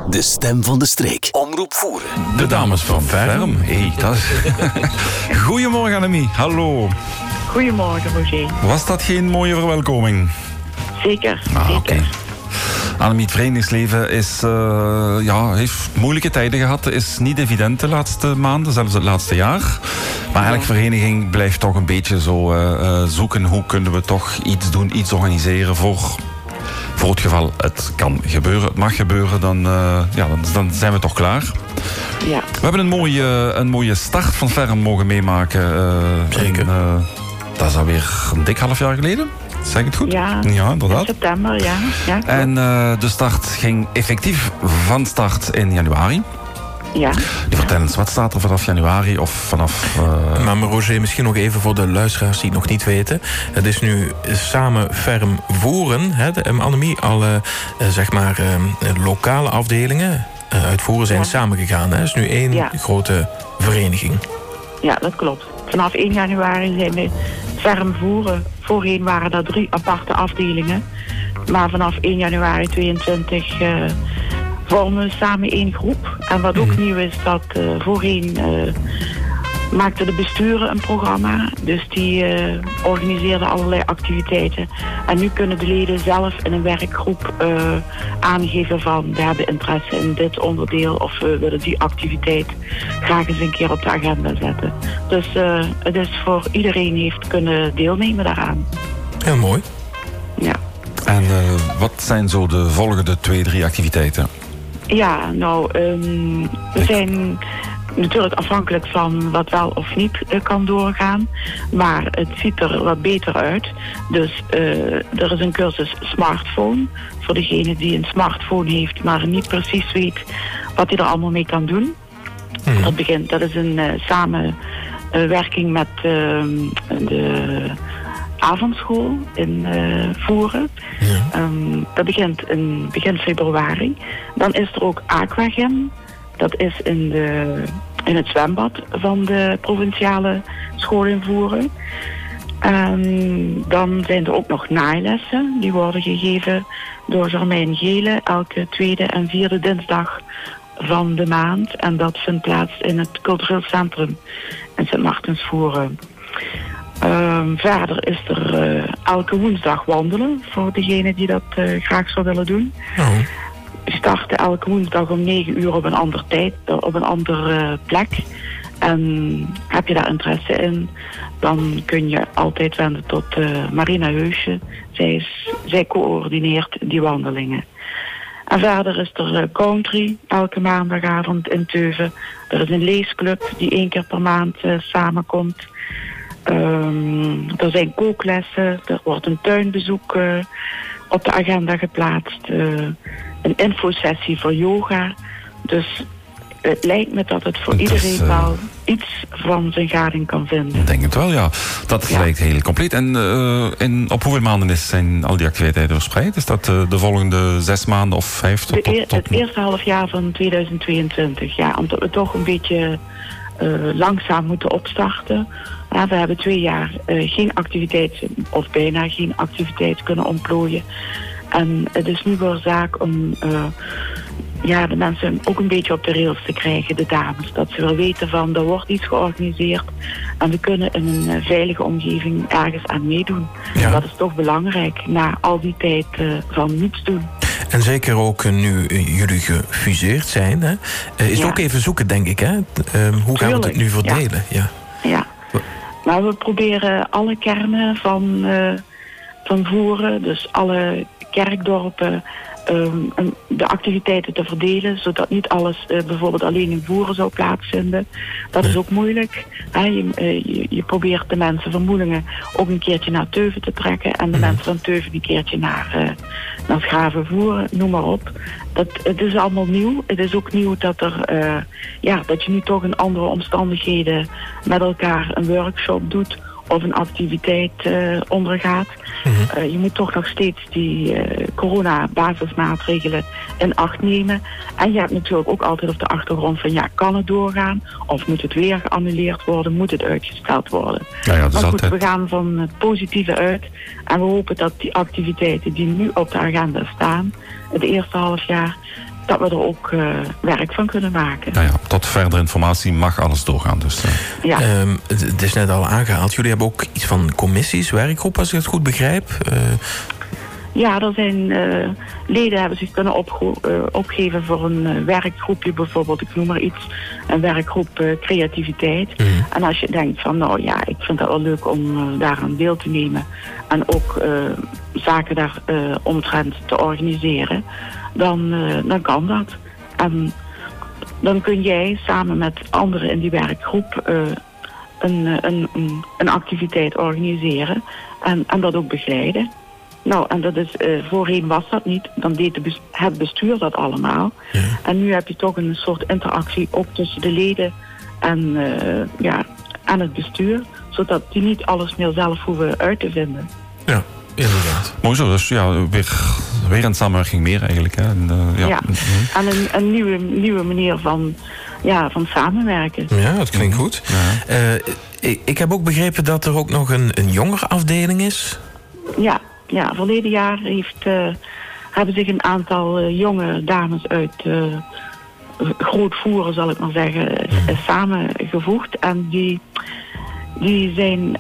De stem van de streek. Omroep Voeren. De dames van Ferm. Hey, dat is... Goedemorgen Annemie, hallo. Goedemorgen, Roger. Was dat geen mooie verwelkoming? Zeker, zeker. Okay. Annemie, het verenigingsleven heeft moeilijke tijden gehad. Het is niet evident de laatste maanden, zelfs het laatste jaar. Maar elke vereniging blijft toch een beetje zo zoeken. Hoe kunnen we toch iets doen, iets organiseren voor het geval het kan gebeuren, het mag gebeuren. Dan zijn we toch klaar. Ja. We hebben een mooie start van Ferm mogen meemaken. Zeker. Dat is alweer een dik half jaar geleden. Zeg ik het goed? Ja, inderdaad. In september, ja. En de start ging effectief van start in januari. Ja. Die vertellen eens, wat staat er vanaf januari of vanaf... Maar Roger, misschien nog even voor de luisteraars die het nog niet weten. Het is nu samen Ferm Voeren. Annemie, alle lokale afdelingen uit Voeren zijn samengegaan. Het is nu één grote vereniging. Ja, dat klopt. Vanaf 1 januari zijn we Ferm Voeren. Voorheen waren dat 3 aparte afdelingen. Maar vanaf 1 januari 2022 vormen we samen 1 groep. En wat ook nieuw is, dat voorheen maakten de besturen een programma. Dus die organiseerden allerlei activiteiten. En nu kunnen de leden zelf in een werkgroep aangeven van... we hebben interesse in dit onderdeel of we willen die activiteit graag eens een keer op de agenda zetten. Dus het is voor iedereen heeft kunnen deelnemen daaraan. Heel mooi. Ja. En wat zijn zo de volgende 2-3 activiteiten? Ja, we zijn natuurlijk afhankelijk van wat wel of niet kan doorgaan. Maar het ziet er wat beter uit. Dus er is een cursus smartphone. Voor degene die een smartphone heeft, maar niet precies weet wat hij er allemaal mee kan doen. Dat is een samenwerking met de avondschool in Voeren. Ja. Dat begint in begin februari. Dan is er ook Aquagym. Dat is in het zwembad van de provinciale school in Voeren. Dan zijn er ook nog naaillessen. Die worden gegeven door Germijn Gele elke 2e en 4e dinsdag van de maand. En dat vindt plaats in het cultureel centrum in Sint-Martens Voeren. Verder is er elke woensdag wandelen voor degene die dat graag zou willen doen. We starten elke woensdag om 9 uur op een andere tijd, op een andere plek. En heb je daar interesse in, dan kun je altijd wenden tot Marina Heusje. Zij coördineert die wandelingen. En verder is er country elke maandagavond in Teuven. Er is een leesclub die 1 keer per maand samenkomt. Er zijn kooklessen, er wordt een tuinbezoek op de agenda geplaatst. Een infosessie voor yoga. Dus het lijkt me dat het voor iedereen wel iets van zijn gading kan vinden. Ik denk het wel, ja. Dat lijkt heel compleet. En op hoeveel maanden zijn al die activiteiten verspreid? Is dat de volgende 6 maanden of 5? Het eerste halfjaar van 2022, ja. Omdat we toch een beetje langzaam moeten opstarten. Ja, we hebben 2 jaar geen activiteit, of bijna geen activiteit kunnen ontplooien. En het is nu wel zaak om de mensen ook een beetje op de rails te krijgen, de dames. Dat ze wel weten van, er wordt iets georganiseerd en we kunnen in een veilige omgeving ergens aan meedoen. Ja. Dat is toch belangrijk, na al die tijd van niets doen. En zeker ook nu jullie gefuseerd zijn, hè? Is het ook even zoeken, denk ik, hè? Hoe gaan we het nu verdelen? Ja. Nou, we proberen alle kernen van Voeren, dus alle kerkdorpen, de activiteiten te verdelen, zodat niet alles bijvoorbeeld alleen in Voeren zou plaatsvinden. Dat is ook moeilijk. Je probeert de mensen van Moelingen ook een keertje naar Teuven te trekken en de mensen van Teuven een keertje naar Schravenvoeren, noem maar op. Het is allemaal nieuw. Het is ook nieuw dat dat je nu toch in andere omstandigheden met elkaar een workshop doet of een activiteit ondergaat. Je moet toch nog steeds die corona-basismaatregelen in acht nemen. En je hebt natuurlijk ook altijd op de achtergrond van kan het doorgaan? Of moet het weer geannuleerd worden? Moet het uitgesteld worden? Maar goed, altijd... we gaan van het positieve uit. En we hopen dat die activiteiten die nu op de agenda staan, het eerste halfjaar, dat we er ook werk van kunnen maken. Nou ja, tot verdere informatie mag alles doorgaan. Dus, Ja. Het is net al aangehaald. Jullie hebben ook iets van commissies, werkgroepen, als ik het goed begrijp. Ja, er zijn leden hebben zich kunnen opgeven voor een werkgroepje bijvoorbeeld. Ik noem maar iets. Een werkgroep creativiteit. En als je denkt van nou ja, ik vind het wel leuk om daar aan deel te nemen. En ook zaken daar omtrent te organiseren. Dan kan dat. En dan kun jij samen met anderen in die werkgroep een activiteit organiseren. En dat ook begeleiden. Nou, en dat is, voorheen was dat niet. Dan deed het bestuur dat allemaal. Ja. En nu heb je toch een soort interactie ook tussen de leden en het bestuur. Zodat die niet alles meer zelf hoeven uit te vinden. Ja, inderdaad. Mooi zo, dus ja, weer een samenwerking meer eigenlijk. Hè? En een nieuwe manier van samenwerken. Ja, dat klinkt goed. Ja. Ik heb ook begrepen dat er ook nog een jongerenafdeling is. Ja, verleden jaar hebben zich een aantal jonge dames uit Grootvoeren, zal ik maar zeggen, samengevoegd. En die zijn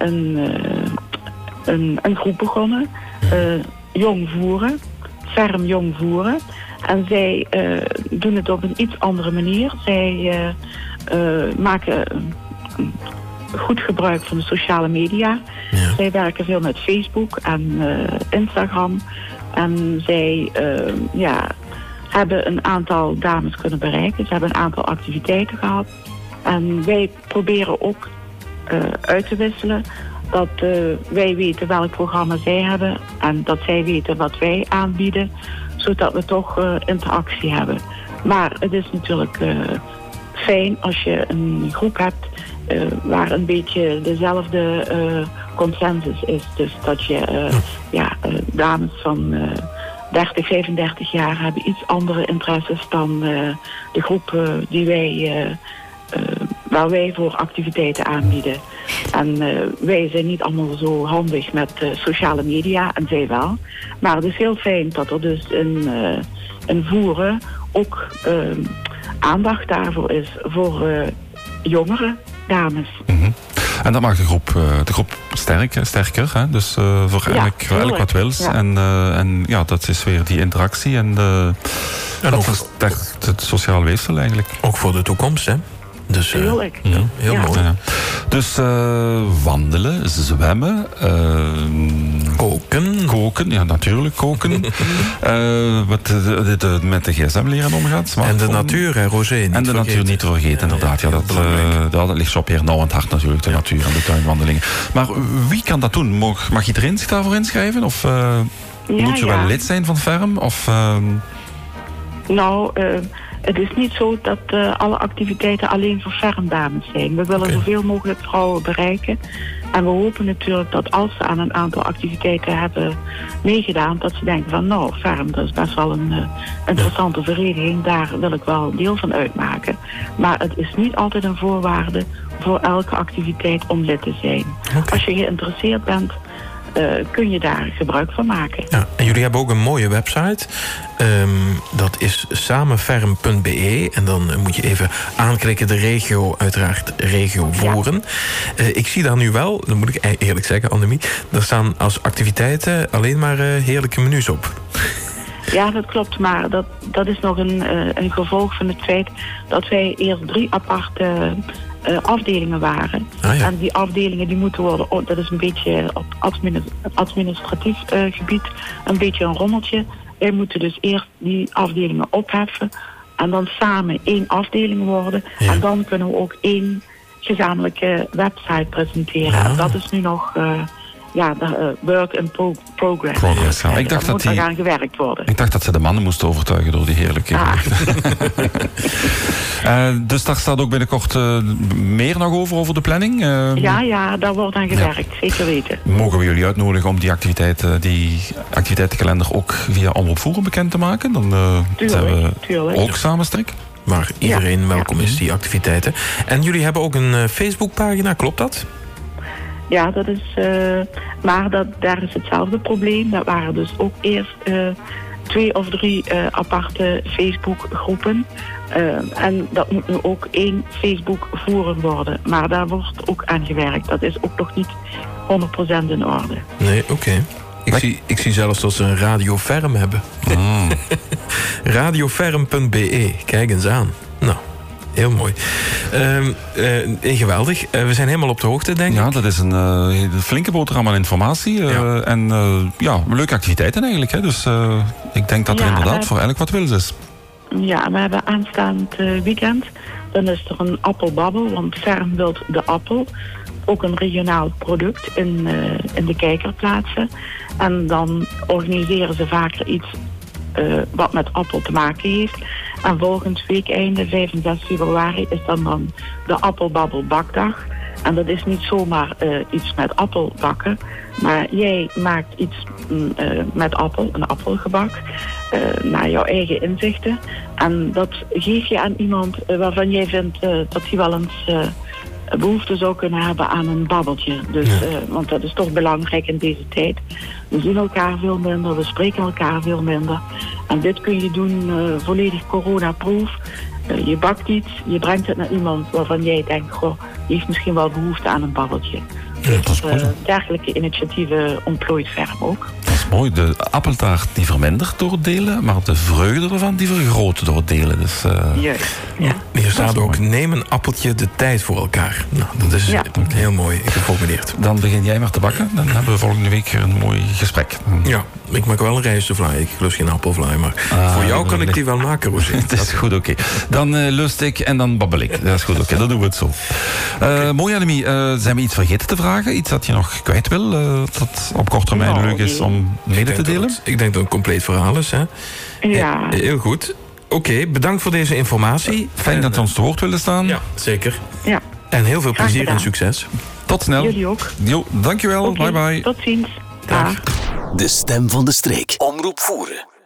een groep begonnen, Jong Voeren, Ferm Jong Voeren. En zij doen het op een iets andere manier. Zij maken goed gebruik van de sociale media. Ja. Zij werken veel met Facebook en Instagram. En zij hebben een aantal dames kunnen bereiken. Ze hebben een aantal activiteiten gehad. En wij proberen ook uit te wisselen. Dat wij weten welk programma zij hebben. En dat zij weten wat wij aanbieden. Zodat we toch interactie hebben. Maar het is natuurlijk fijn als je een groep hebt waar een beetje dezelfde consensus is. Dus dat je dames van 30, 35 jaar hebben iets andere interesses dan de groep waar wij voor activiteiten aanbieden. En wij zijn niet allemaal zo handig met sociale media, en zij wel. Maar het is heel fijn dat er dus in Voeren ook aandacht daarvoor is voor jongere dames. Mm-hmm. En dat maakt de groep sterker. Hè? Dus voor eigenlijk wat wils. Ja. En dat is weer die interactie. En dat versterkt het sociale weefsel eigenlijk. Ook voor de toekomst, hè? Dus, tuurlijk. Heel mooi. Ja. Dus wandelen, zwemmen, koken, ja natuurlijk koken. Met de gsm leren omgaan. En de natuur, hè, Roger. En de natuur niet te vergeten, inderdaad. Ja, dat ligt zo op je nauw aan het hart natuurlijk, de natuur en de tuinwandelingen. Maar wie kan dat doen? Mag iedereen zich daarvoor inschrijven? Of moet je wel lid zijn van Ferm? Of... Het is niet zo dat alle activiteiten alleen voor Fermdames zijn. We willen zoveel mogelijk vrouwen bereiken. En we hopen natuurlijk dat als ze aan een aantal activiteiten hebben meegedaan, dat ze denken van Ferm, dat is best wel een interessante vereniging. Daar wil ik wel deel van uitmaken. Maar het is niet altijd een voorwaarde voor elke activiteit om lid te zijn. Okay. Als je geïnteresseerd bent, kun je daar gebruik van maken. Ja, en jullie hebben ook een mooie website. Dat is samenferm.be. En dan moet je even aanklikken de regio, uiteraard regio Voeren. Ja. Ik zie daar nu wel, dat moet ik eerlijk zeggen, Annemie, daar staan als activiteiten alleen maar heerlijke menus op. Ja, dat klopt, maar dat is nog een gevolg van het feit dat wij eerst 3 aparte afdelingen waren. Ah, ja. En die afdelingen die moeten worden, dat is een beetje op administratief gebied, een beetje een rommeltje. Wij moeten dus eerst die afdelingen opheffen en dan samen 1 afdeling worden. Ja. En dan kunnen we ook 1 gezamenlijke website presenteren. Ja. En dat is nu nog work in progress. Ja. Ik dacht dat moet gaan gewerkt worden. Ik dacht dat ze de mannen moesten overtuigen door die heerlijke dus daar staat ook binnenkort meer nog over de planning? Ja, daar wordt aan gewerkt. Zeker weten. Mogen we jullie uitnodigen om die activiteitenkalender ook via Omroep Voeren bekend te maken? Dan zijn we ook samen sterk. Maar iedereen welkom is, die activiteiten. En jullie hebben ook een Facebookpagina, klopt dat? Ja, dat is, maar daar is hetzelfde probleem. Dat waren dus ook eerst 2 of 3 aparte Facebookgroepen. En dat moet nu ook 1 Facebook-forum worden. Maar daar wordt ook aan gewerkt. Dat is ook nog niet 100% in orde. Nee, oké. Ik zie zelfs dat ze een radioferm hebben. Radioferm.be, kijk eens aan. Nou, heel mooi. Geweldig. We zijn helemaal op de hoogte, denk ik. Ja, dat is een flinke boterham aan informatie. En leuke activiteiten eigenlijk. Hè. Dus ik denk dat er inderdaad voor elk wat wils is. Ja, we hebben aanstaand weekend. Dan is er een appelbabbel, want Ferm wil de appel. Ook een regionaal product in de kijker plaatsen. En dan organiseren ze vaker iets wat met appel te maken heeft. En volgend weekeinde, 5 en 6 februari, is dan de Appelbabbel Bakdag. En dat is niet zomaar iets met appel bakken. Maar jij maakt iets met appel, een appelgebak, naar jouw eigen inzichten. En dat geef je aan iemand waarvan jij vindt dat hij wel eens behoefte zou kunnen hebben aan een babbeltje. Dus, want dat is toch belangrijk in deze tijd. We zien elkaar veel minder, we spreken elkaar veel minder. En dit kun je doen volledig coronaproof. Je bakt iets, je brengt het naar iemand waarvan jij denkt, goh, die heeft misschien wel behoefte aan een babbeltje. Dus dergelijke initiatieven ontplooit Ferm ook. Dat is mooi. De appeltaart die vermindert door het delen, maar de vreugde ervan die vergroot door het delen. Dus, juist, ja. Hier staat ook, neem een appeltje de tijd voor elkaar. Nou, dat is heel mooi geformuleerd. Dan begin jij maar te bakken. Dan hebben we volgende week een mooi gesprek. Ja, ik maak wel een rijstevlaai. Ik lust geen appelvlaai, maar voor jou kan ik die wel maken, Rosie. Het is goed, oké. Dan lust ik en dan babbel ik. Dat is goed, oké. Dan doen we het zo. Mooi, Annemie. Zijn we iets vergeten te vragen? Iets dat je nog kwijt wil? Dat op korte termijn leuk is om mede te delen? Ik denk dat het een compleet verhaal is. Hè? Ja. Heel goed. Oké, bedankt voor deze informatie. Fijn dat we ons te woord willen staan. Ja, zeker. Ja. En heel veel plezier en succes. Tot snel. Jullie ook. Jo, dankjewel. Okay, bye bye. Tot ziens. Dag. De stem van de streek. Omroep Voeren.